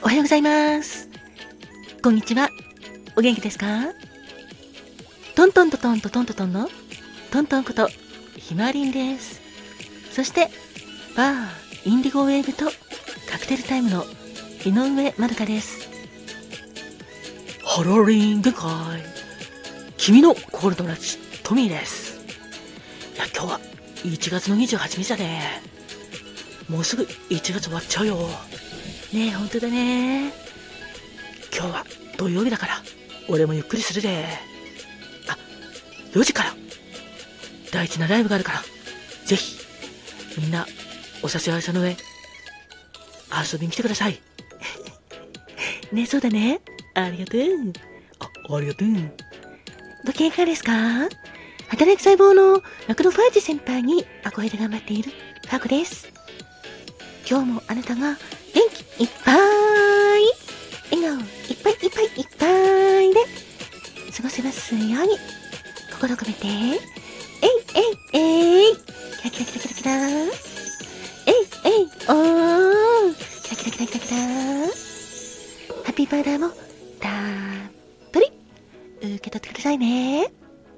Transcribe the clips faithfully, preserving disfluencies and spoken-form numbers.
おはようございます。こんにちは。お元気ですか？トントントントントントントンのトントンことひまわりんです。そしてバーインディゴウェーブとカクテルタイムの井上まどかです。ハローリング会、君の心友達トミーです。いや、今日はいちがつのにじゅうはちにちだね。もうすぐいちがつ終わっちゃうよね。え、ほんとだね。今日は土曜日だから俺もゆっくりするで。あ、よじから大事なライブがあるから、ぜひみんなお誘い合わせの上遊びに来てくださいね。そうだね。ありがとう。あ、ありがとう。ご機嫌いかがですか？働く細胞のマクロファージ先輩に憧れで頑張っているファコです。今日もあなたが元気いっぱい、笑顔いっぱいいっぱいいっぱいで過ごせますように心を込めて、えいえいえい、キラキラキラキラキラ、えいえいおー、キラキラキラキラキラ、ハッピーパウダーもたっぷり受け取ってくださいね。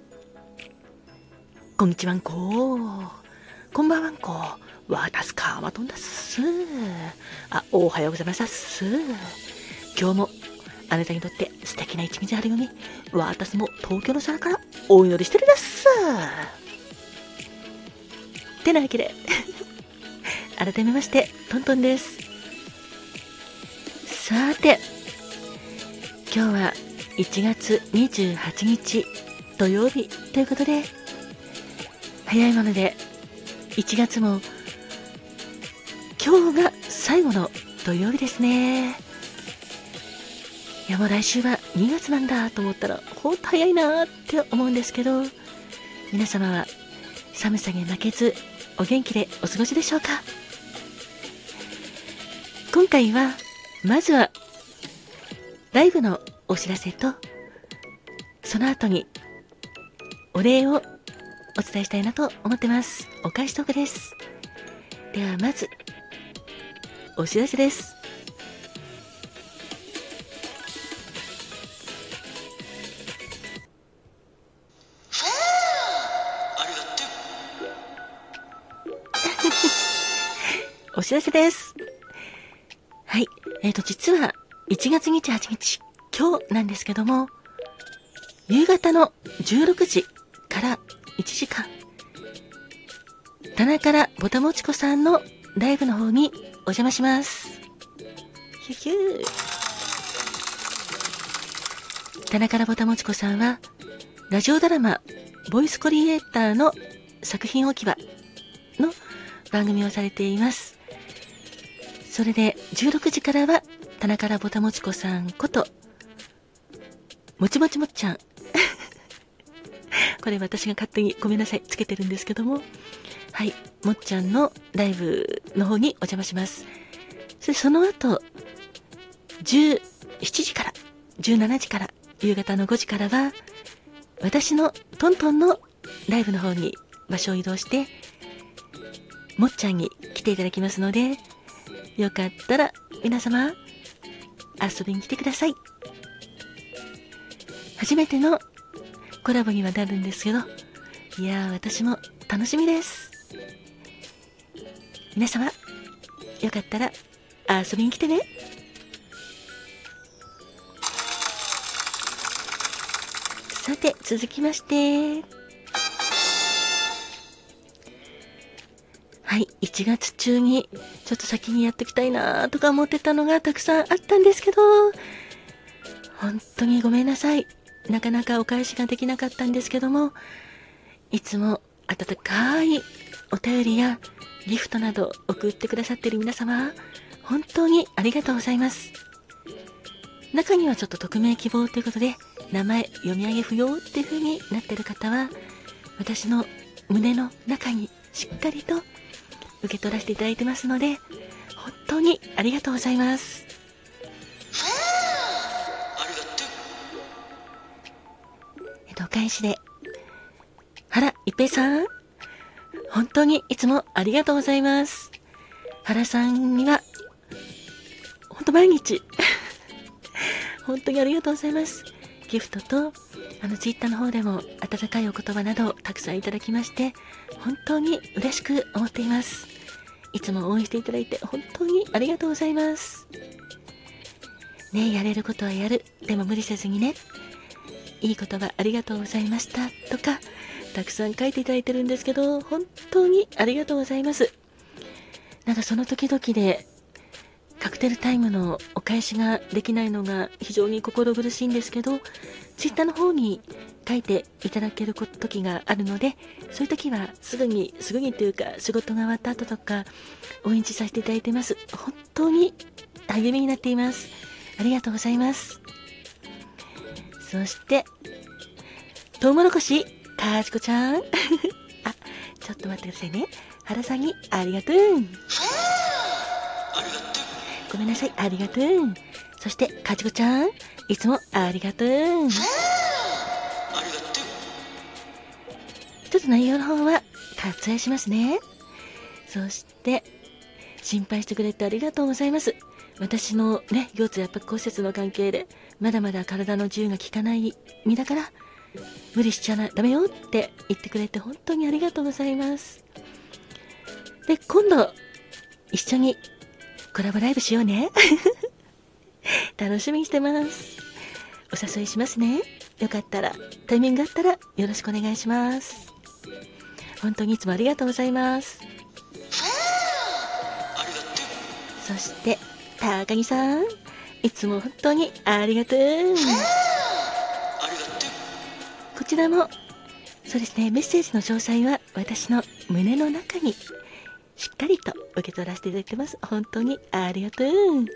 こんにちはんこ、こんばんはんこ、わたすかわとんだっす。あ、おはようございます今日もあなたにとって素敵な一日あるように、わたすも東京の空からお祈りしてるです。てなわけで改めましてトントンです。さて、今日はいちがつにじゅうはちにち土曜日ということで、早いものでいちがつも今日が最後の土曜日ですね。いや、もう来週はにがつなんだと思ったらほんと早いなって思うんですけど、皆様は寒さに負けずお元気でお過ごしでしょうか？今回はまずはライブのお知らせと、その後にお礼をお伝えしたいなと思ってます。お返しトークです。ではまずお知らせです。お知らせです。はい。えっと、実はいちがつにじゅうはちにち、今日なんですけども、夕方のじゅうろくじからいちじかん、棚からぼたもちこさんのライブの方にお邪魔します。ヒュヒュー。棚からぼたもちこさんは、ラジオドラマ、ボイスコリエイターの作品置き場の番組をされています。それでじゅうろくじからは棚からぼたもちこさんこともちもちもっちゃんこれ私が勝手にごめんなさいつけてるんですけども、はい、もっちゃんのライブの方にお邪魔します。それその後じゅうしちじからじゅうしちじから夕方のごじからは私のトントンのライブの方に場所を移動してもっちゃんに来ていただきますので、よかったら皆様遊びに来てください。初めてのコラボにはなるんですけど、いやー私も楽しみです。皆様よかったら遊びに来てね。さて続きまして、はい、いちがつ中にちょっと先にやっておきたいなとか思ってたのがたくさんあったんですけど、本当にごめんなさい。なかなかお返しができなかったんですけども、いつも温かいお便りやギフトなど送ってくださっている皆様、本当にありがとうございます。中にはちょっと匿名希望ということで名前読み上げ不要っていう風になっている方は、私の胸の中にしっかりと受け取らせていただいてますので、本当にありがとうございます。えっとお返しで、原一平さん、本当にいつもありがとうございます。原さんにはほんと毎日本当にありがとうございます。ギフトとあのツイッターの方でも温かいお言葉などをたくさんいただきまして、本当に嬉しく思っています。いつも応援していただいて本当にありがとうございますね。やれることはやる、でも無理せずにね、いい言葉ありがとうございましたとかたくさん書いていただいてるんですけど、本当にありがとうございます。なんかその時々でカクテルタイムのお返しができないのが非常に心苦しいんですけど、ツイッターの方に書いていただける時があるので、そういう時はすぐにすぐにというか仕事が終わった後とかお返事させていただいています。本当に励みになっています。ありがとうございます。そしてトウモロコシかじこちゃんあ、ちょっと待ってくださいね。原さんにありがとう、ごめんなさい、ありがとう。そしてかじこちゃん、いつもありがとう。ちょっと内容の方は割愛しますね。そして心配してくれてありがとうございます。私のね、腰痛やっぱ骨折の関係でまだまだ体の自由が利かない身だから無理しちゃダメよって言ってくれて本当にありがとうございます。で、今度一緒にコラボライブしようね楽しみにしてます。お誘いしますね。よかったらタイミングがあったらよろしくお願いします。本当にいつもありがとうございます。そして高木さん、いつも本当にありがとう。こちらもそうですね、メッセージの詳細は私の胸の中にしっかりと受け取らせていただいてます。本当にありがとう。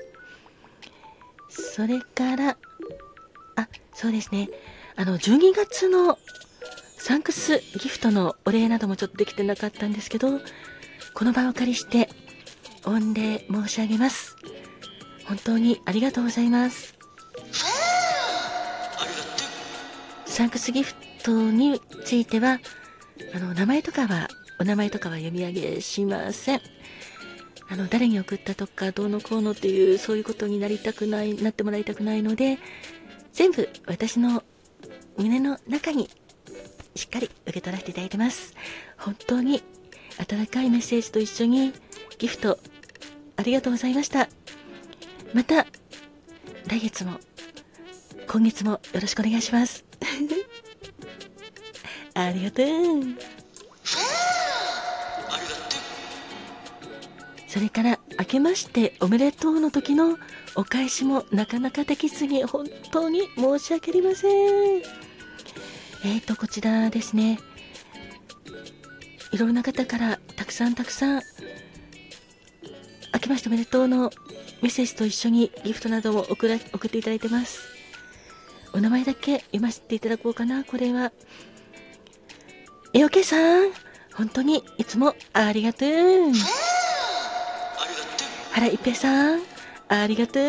それからあ、そうですね、あのじゅうにがつのサンクスギフトのお礼などもちょっとできてなかったんですけど、この場をお借りして御礼申し上げます。本当にありがとうございます。サンクスギフトについてはあの名前とかはお名前とかは読み上げしません。あの誰に送ったとかどうのこうのっていうそういうことになりたくないなってもらいたくないので、全部私の胸の中にしっかり受け取らせていただいてます。本当に温かいメッセージと一緒にギフトありがとうございました。また来月も今月もよろしくお願いしますありがとう。それから明けましておめでとうの時のお返しもなかなかできずに本当に申し訳ありません。えーとこちらですね、いろんな方からたくさんたくさん明けましておめでとうのメッセージと一緒にギフトなども送ら送っていただいてます。お名前だけ読ませていただこうかな。これはえおけさん、本当にいつもありがとう。原一平さん、ありがとう。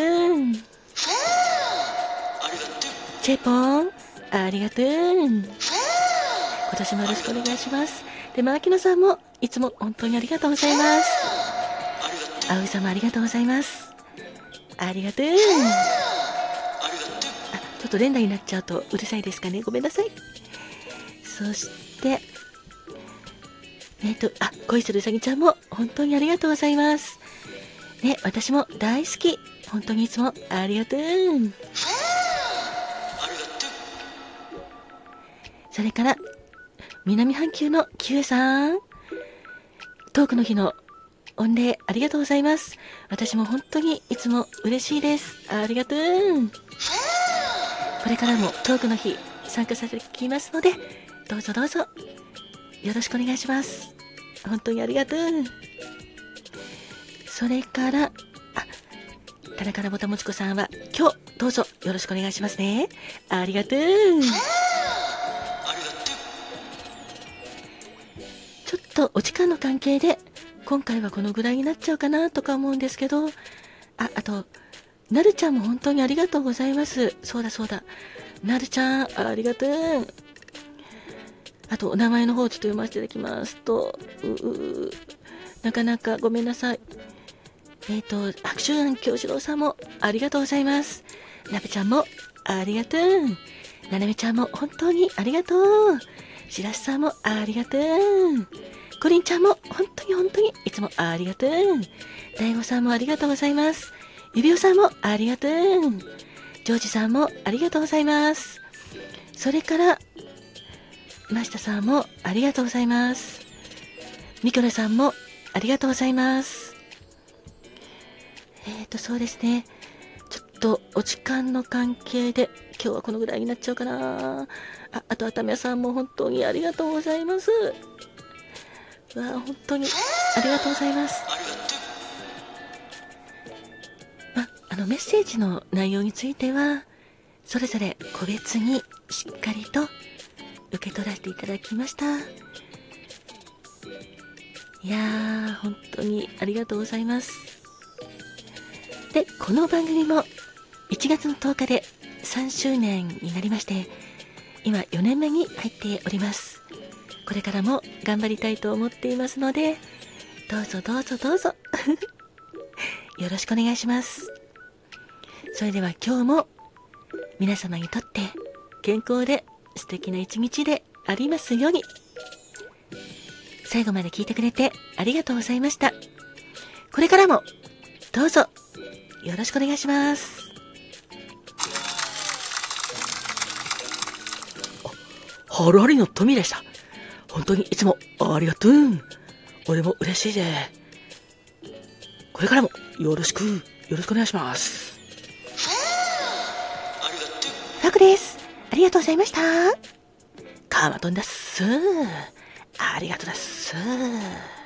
チェポン、ありがとう。今年もよろしくお願いします。で、牧野さんもいつも本当にありがとうございます。葵さんもありがとうございます。ありがとう。あ、ちょっと連打になっちゃうとうるさいですかね。ごめんなさい。そしてえっとあ、恋するうさぎちゃんも本当にありがとうございます。ね、私も大好き。本当にいつもありがとう。それから南半球のキュエさん、トークの日の御礼ありがとうございます。私も本当にいつも嬉しいです。ありがとう。これからもトークの日参加させてきますので、どうぞどうぞよろしくお願いします。本当にありがとう。それからあ、田中らぼたもちこさんは今日どうぞよろしくお願いしますね。ありがとう。ちょっとお時間の関係で今回はこのぐらいになっちゃうかなとか思うんですけど、あ、あとなるちゃんも本当にありがとうございます。そうだそうだ、なるちゃんありがとう。あとお名前の方ちょっと読ませていただきますと、ううなかなかごめんなさい。 えっ、ー、と、白秋庵京志郎さんもありがとうございます。なべちゃんもありがとう。ななめちゃんも本当にありがとう。しらすさんもありがとう。コリンちゃんも本当に本当にいつもありがとう。大悟さんもありがとうございます。ゆびおさんもありがとう。ジョージさんもありがとうございます。それから、ましたさんもありがとうございます。ミコラさんもありがとうございます。えーと、そうですね。ちょっとお時間の関係で今日はこのぐらいになっちゃうかな。あ、あとあたみやさんも本当にありがとうございます。うわ、本当にありがとうございます。ま、あのメッセージの内容についてはそれぞれ個別にしっかりと受け取らせていただきました。いやー、本当にありがとうございます。で、この番組もいちがつのとおかでさんしゅうねんになりまして、今よねんめに入っております。これからも頑張りたいと思っていますので、どうぞどうぞどうぞよろしくお願いします。それでは今日も皆様にとって健康で素敵な一日でありますように。最後まで聞いてくれてありがとうございました。これからもどうぞよろしくお願いします。ハラリのトミーでした。本当にいつもありがとう。俺も嬉しいぜ。これからもよろしくよろしくお願いします。ファクです。ありがとうございました。カーマトンだっす。ありがとうだっす。